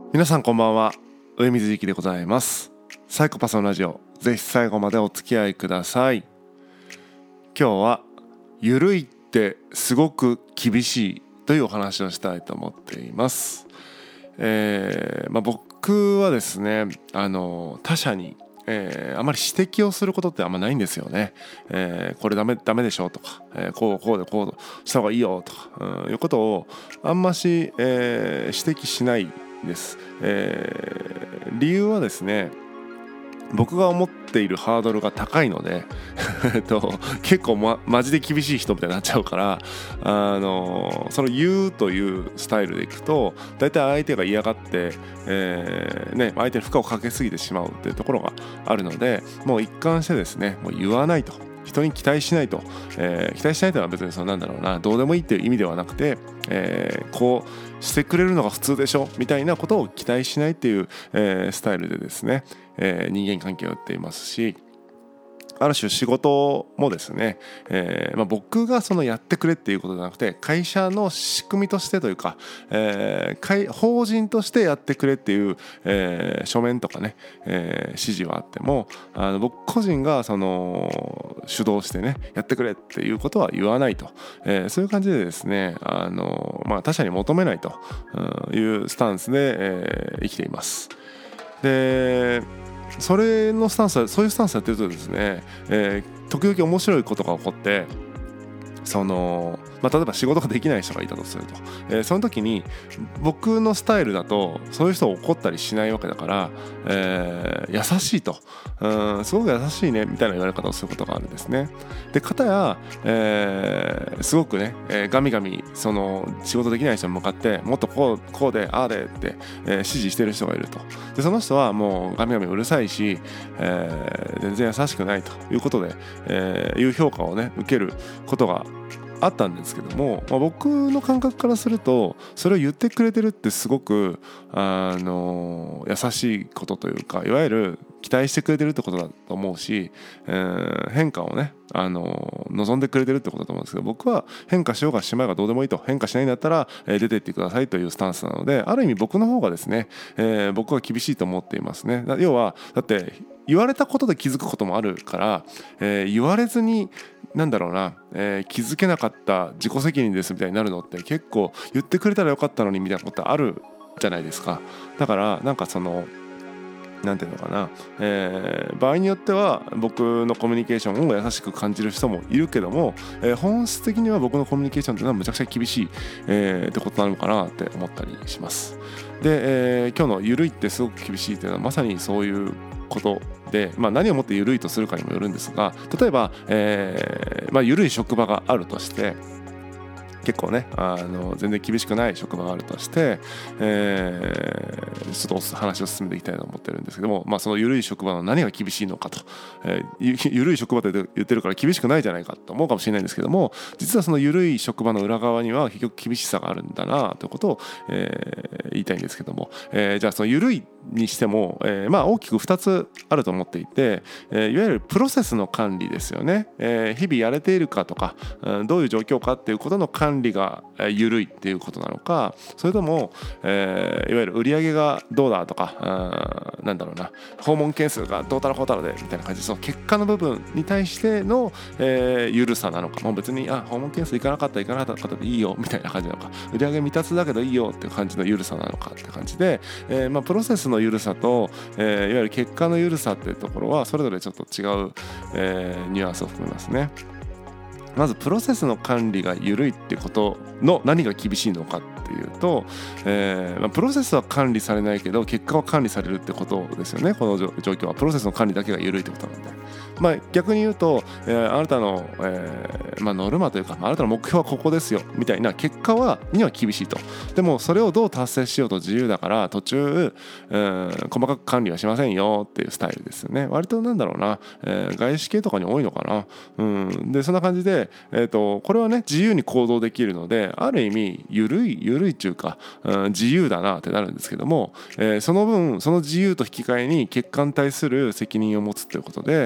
皆さんこんばんは、上水幸でございます。サイコパスのラジオ、ぜひ最後までお付き合いください。今日はゆるいってすごく厳しいというお話をしたいと思っています。僕はですね、他者にあまり指摘をすることってあんまないんですよね。これダメでしょとか、こうした方がいいよとか、いうことをあんまし、指摘しないです。理由はですね、僕が思っているハードルが高いので結構、マジで厳しい人みたいになっちゃうから、その言うというスタイルでいくとだいたい相手が嫌がって、相手に負荷をかけすぎてしまうというところがあるので、もう一貫してですね、もう言わないと、人に期待しないと、期待しないというのは別にどうでもいいっていう意味ではなくて、こうしてくれるのが普通でしょみたいなことを期待しないっていう、スタイルでですね、人間関係をやっていますし、ある種仕事もですね、僕がそのやってくれっていうことじゃなくて、会社の仕組みとしてというか、法人としてやってくれっていう、書面とかね、指示はあっても、僕個人がその主導してねやってくれっていうことは言わないと、そういう感じでですね、他者に求めないというスタンスで、生きています。でそういうスタンスやってるとですね、時々面白いことが起こって、例えば仕事ができない人がいたとすると、その時に僕のスタイルだとそういう人を怒ったりしないわけだから、優しいと、すごく優しいねみたいな言われ方をすることがあるんですね。で片や、すごくね、ガミガミその仕事できない人に向かってもっとこうでああでって、指示してる人がいると。でその人はもうガミガミうるさいし、全然優しくないということで、いう評価をね受けることがあったんですけども、僕の感覚からするとそれを言ってくれてるってすごく優しいことというか、いわゆる期待してくれてるってことだと思うし、変化をね望んでくれてるってことだと思うんですけど、僕は変化しようがしまいがどうでもいいと、変化しないんだったら、出てってくださいというスタンスなので、ある意味僕の方がですね、僕は厳しいと思っていますね。要はだって言われたことで気づくこともあるから、言われずに気づけなかった自己責任ですみたいになるのって、結構言ってくれたらよかったのにみたいなことあるじゃないですか。だからなんていうのかな、場合によっては僕のコミュニケーションを優しく感じる人もいるけども、本質的には僕のコミュニケーションというのはむちゃくちゃ厳しい、ってことなのかなって思ったりします。で、今日のゆるいってすごく厳しいというのはまさにそういうことで、何をもってゆるいとするかにもよるんですが、例えば、ゆるい職場があるとして、結構ね全然厳しくない職場があるとして、ちょっと話を進めていきたいと思ってるんですけども、その緩い職場の何が厳しいのかと、緩い職場って言ってるから厳しくないじゃないかと思うかもしれないんですけども、実はその緩い職場の裏側には結局厳しさがあるんだなということを、言いたいんですけども、じゃあその緩いにしても、大きく2つあると思っていて、いわゆるプロセスの管理ですよね。日々やれているかとか、どういう状況かっていうことの管理が緩いっていうことなのか、それとも、いわゆる売上がどうだとか、訪問件数がどうたらこうたらでみたいな感じで、その結果の部分に対しての、緩さなのか、もう別に訪問件数いかなかったでいいよみたいな感じなのか、売上未達だけどいいよっていう感じの緩さなのかって感じで、プロセスの緩さと、いわゆる結果の緩さっていうところはそれぞれちょっと違う、ニュアンスを含みますね。まずプロセスの管理が緩いってことの何が厳しいのかっていうと、プロセスは管理されないけど結果は管理されるってことですよね。この状況はプロセスの管理だけが緩いってことなんで、逆に言うと、あなたの、ノルマというか、あなたの目標はここですよみたいな結果には厳しいと。でもそれをどう達成しようと自由だから、途中、細かく管理はしませんよっていうスタイルですよね。割と外資系とかに多いのかな。でそんな感じで、これはね自由に行動できるので、ある意味緩いっていうか、自由だなってなるんですけども、その分その自由と引き換えに結果に対する責任を持つということで、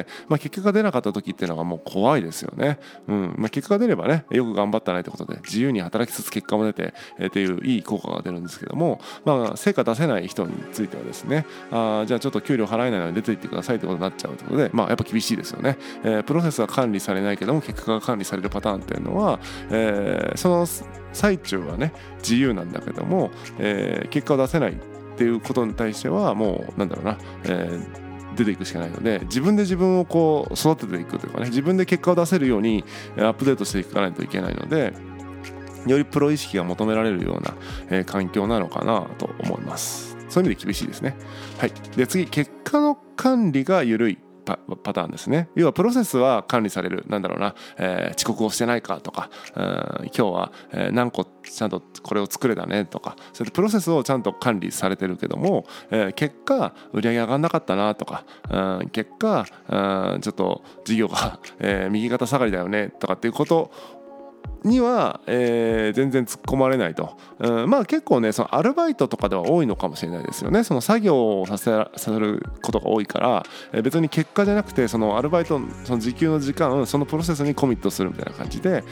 結果が出なかった時っていうのがもう怖いですよね。結果が出ればねよく頑張ったねってことで自由に働きつつ結果も出て、っていういい効果が出るんですけども、成果出せない人についてはですね、じゃあちょっと給料払えないので出て行ってくださいってことになっちゃうということで、やっぱ厳しいですよね。プロセスは管理されないけども結果が管理されるパターンっていうのは、その最中はね自由なんだけども、結果を出せないっていうことに対してはもう出ていくしかないので、自分で自分をこう育てていくというかね、自分で結果を出せるようにアップデートしていかないといけないので、よりプロ意識が求められるような、環境なのかなと思います。そういう意味で厳しいですね。はい。で次、結果の管理が緩いパターンですね。要はプロセスは管理される。遅刻をしてないかとか、今日は何個ちゃんとこれを作れたねとか、そうやってプロセスをちゃんと管理されてるけども、結果売り上げ上がんなかったなとか、結果ちょっと事業が、右肩下がりだよねとかっていうことには、全然突っ込まれないと、結構ねそのアルバイトとかでは多いのかもしれないですよね。その作業をさせることが多いから、別に結果じゃなくてそのアルバイトその時給の時間そのプロセスにコミットするみたいな感じで、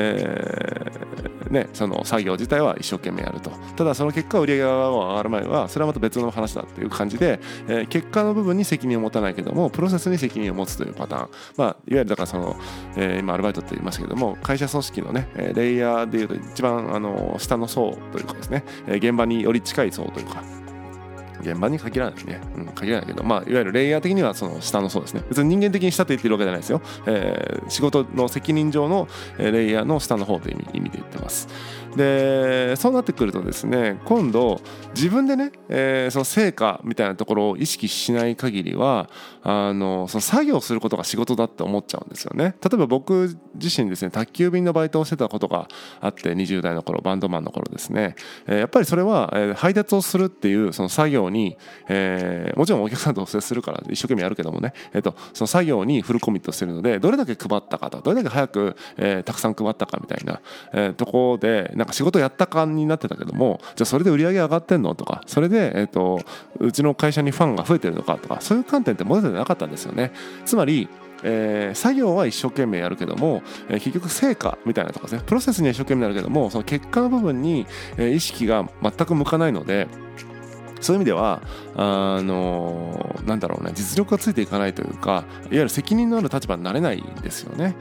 その作業自体は一生懸命やると。ただその結果売り上げが上がる前はそれはまた別の話だっていう感じで、結果の部分に責任を持たないけどもプロセスに責任を持つというパターン、いわゆるだからその、今アルバイトって言いましたけども、会社組織のねレイヤーでいうと一番下の層というかですね、現場により近い層というか、現場に限らないね、限らないけど、いわゆるレイヤー的にはその下の層ですね。別に人間的に下って言ってるわけじゃないですよ。仕事の責任上のレイヤーの下の方という意味で言ってます。でそうなってくるとですね、今度自分でね、その成果みたいなところを意識しない限りはその作業することが仕事だって思っちゃうんですよね。例えば僕自身ですね、宅急便のバイトをしてたことがあって、20代の頃バンドマンの頃ですね、やっぱりそれは、配達をするっていうその作業に、もちろんお客さんと接するから一生懸命やるけどもね、その作業にフルコミットしてるので、どれだけ配ったかと、どれだけ早く、たくさん配ったかみたいな、ところで仕事やった感になってたけども、じゃあそれで売り上げ上がってんのとか、それで、うちの会社にファンが増えてるのかとか、そういう観点って持ててなかったんですよね。つまり作業は一生懸命やるけども、結局成果みたいなとかですね、プロセスには一生懸命やるけどもその結果の部分に、意識が全く向かないので、そういう意味では実力がついていかないというか、いわゆる責任のある立場になれないんですよね。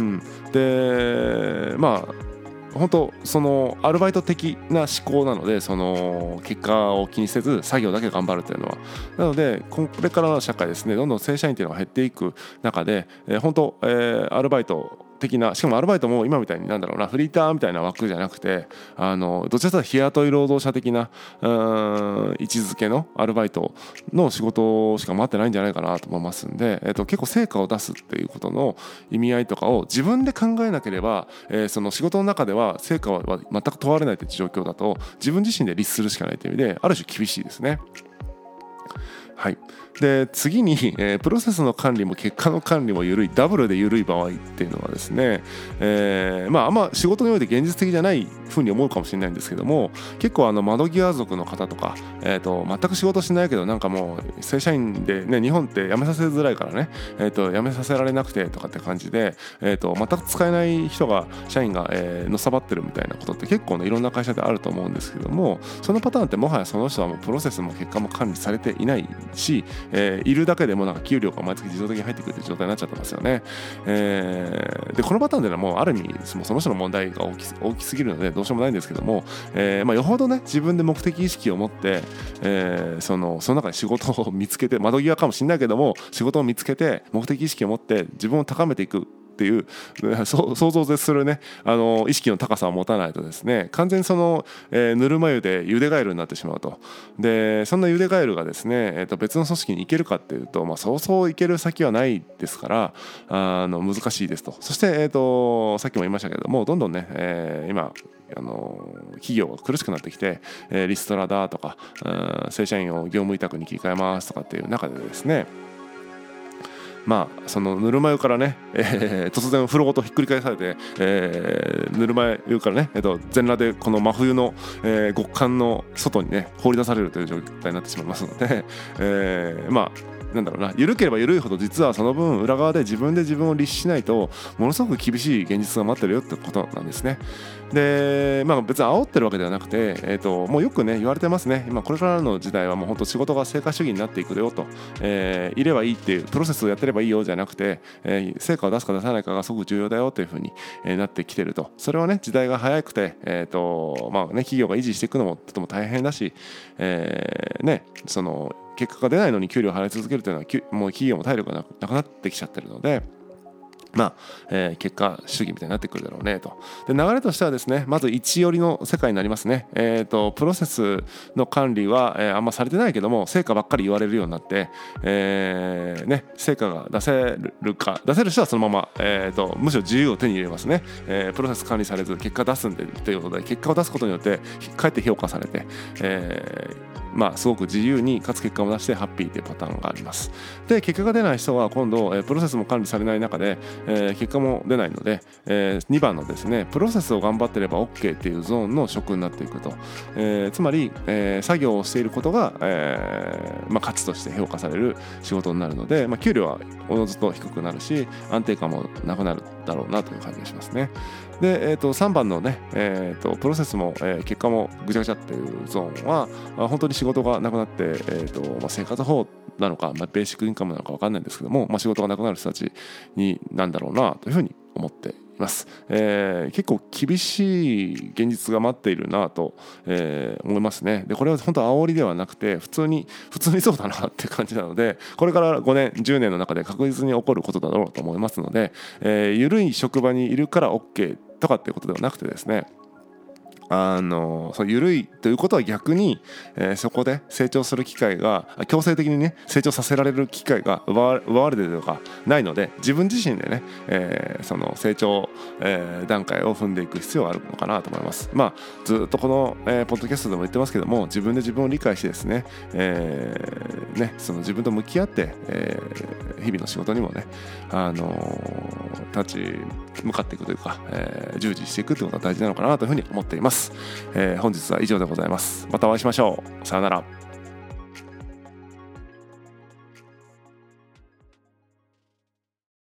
で本当そのアルバイト的な思考なので、その結果を気にせず作業だけ頑張るというのは、なのでこれからの社会ですね、どんどん正社員というのが減っていく中で、本当、アルバイト的な、しかもアルバイトも今みたいにフリーターみたいな枠じゃなくて、どちらかというと日雇い労働者的な位置づけのアルバイトの仕事しか待ってないんじゃないかなと思いますんで、結構成果を出すっていうことの意味合いとかを自分で考えなければ、その仕事の中では成果は全く問われないという状況だと、自分自身で律するしかないという意味である種厳しいですね。はい。で次に、プロセスの管理も結果の管理も緩い、ダブルで緩い場合っていうのはですね、あんま仕事において現実的じゃないふうに思うかもしれないんですけども、結構窓際族の方とか、全く仕事しないけどもう正社員でね、日本って辞めさせづらいからね、辞めさせられなくてとかって感じで、全く使えない人が社員が、のさばってるみたいなことって結構ねいろんな会社であると思うんですけども、そのパターンってもはやその人はもうプロセスも結果も管理されていないし、いるだけでも給料が毎月自動的に入ってくるという状態になっちゃってますよね。でこのパターンではもうある意味その人の問題が大きすぎるのでどうしようもないんですけども、よほどね自分で目的意識を持って、その中で仕事を見つけて、窓際かもしれないけども仕事を見つけて目的意識を持って自分を高めていくっていう想像を絶するね意識の高さを持たないとですね、完全にその、ぬるま湯でゆでガエルになってしまうと。でそんなゆでガエルがですね、別の組織に行けるかっていうと、そうそう行ける先はないですから難しいですと。そして、さっきも言いましたけれども、どんどんね、今企業が苦しくなってきて、リストラだとか正社員を業務委託に切り替えますとかっていう中でですね、そのぬるま湯からね、突然風呂ごとひっくり返されて、ぬるま湯からね、全裸でこの真冬の、極寒の外にね放り出されるという状態になってしまいますので、 緩ければ緩いほど実はその分裏側で自分で自分を律しないとものすごく厳しい現実が待ってるよってことなんですね。で、別に煽ってるわけではなくて、もうよくね言われてますね。今これからの時代はもう本当仕事が成果主義になっていくよと、いればいいっていうプロセスをやってればいいよじゃなくて、成果を出すか出さないかがすごく重要だよというふうに、なってきてると。それはね時代が早くて、企業が維持していくのもとても大変だし、その結果が出ないのに給料を払い続けるというのはもう企業も体力がなくなってきちゃってるので、結果主義みたいになってくるだろうねと。で流れとしてはですね、まず一寄りの世界になりますね。プロセスの管理は、あんまされてないけども成果ばっかり言われるようになって、成果が出せる人はそのまま、むしろ自由を手に入れますね。プロセス管理されず結果出すんでということで、結果を出すことによってかえって評価されて、すごく自由にかつ結果を出してハッピーというパターンがあります。で結果が出ない人は今度、プロセスも管理されない中で、結果も出ないので、2番のですねプロセスを頑張ってれば OK っていうゾーンの職になっていくと、つまり、作業をしていることが、価値として評価される仕事になるので、給料はおのずと低くなるし安定感もなくなるだろうなという感じがしますね。で、3番のね、プロセスも、結果もぐちゃぐちゃっていうゾーンは本当に仕事がなくなって、生活保護なのか、ベーシックインカムなのか分かんないんですけども、仕事がなくなる人たちになんだろうなというふうに思っています。結構厳しい現実が待っているなと、思いますね。でこれは本当煽りではなくて普通にそうだなって感じなので、これから5年10年の中で確実に起こることだろうと思いますので、緩い職場にいるから OK とかっていうことではなくてですね、緩いということは逆に、そこで成長する機会が強制的にね成長させられる機会が奪われてるとかないので、自分自身でね、その成長、段階を踏んでいく必要があるのかなと思います。ずっとこの、ポッドキャストでも言ってますけども、自分で自分を理解してですね、その自分と向き合って、日々の仕事にもね、立ち向かっていくというか、従事していくということが大事なのかなというふうに思っています。本日は以上でございます。またお会いしましょう。さよなら。